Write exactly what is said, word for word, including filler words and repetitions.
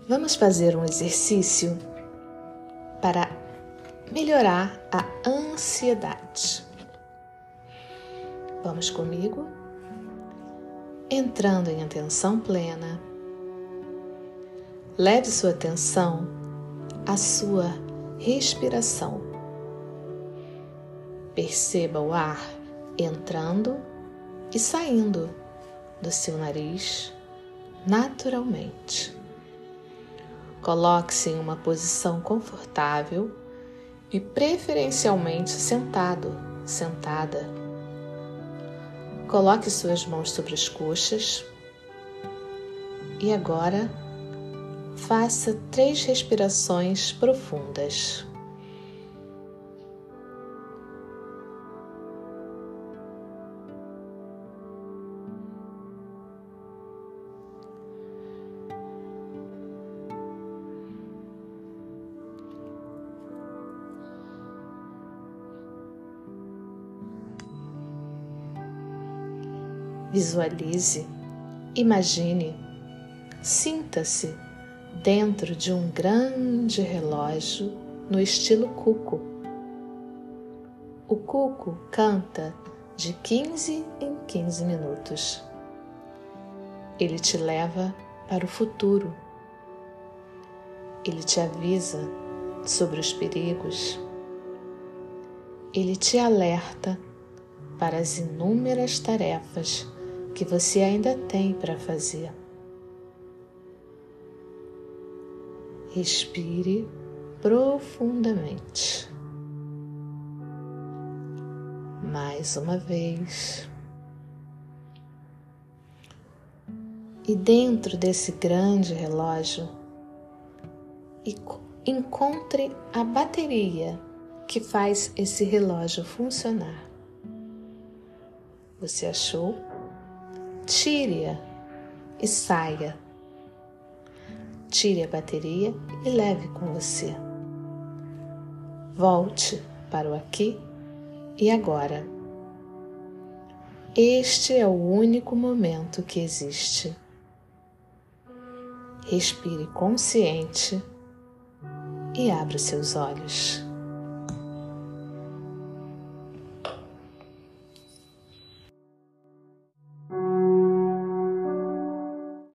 Vamos fazer um exercício para melhorar a ansiedade. Vamos comigo? Entrando em atenção plena, leve sua atenção à sua respiração. Perceba o ar entrando e saindo do seu nariz naturalmente. Coloque-se em uma posição confortável e preferencialmente sentado, sentada. Coloque suas mãos sobre as coxas e agora faça três respirações profundas. Visualize, imagine, sinta-se dentro de um grande relógio no estilo cuco. O cuco canta de quinze em quinze minutos. Ele te leva para o futuro. Ele te avisa sobre os perigos. Ele te alerta para as inúmeras tarefas que você ainda tem para fazer. Respire profundamente. Mais uma vez. E dentro desse grande relógio, encontre a bateria que faz esse relógio funcionar. Você achou? Tire-a e saia. Tire a bateria e leve com você. Volte para o aqui e agora. Este é o único momento que existe. Respire consciente e abra seus olhos.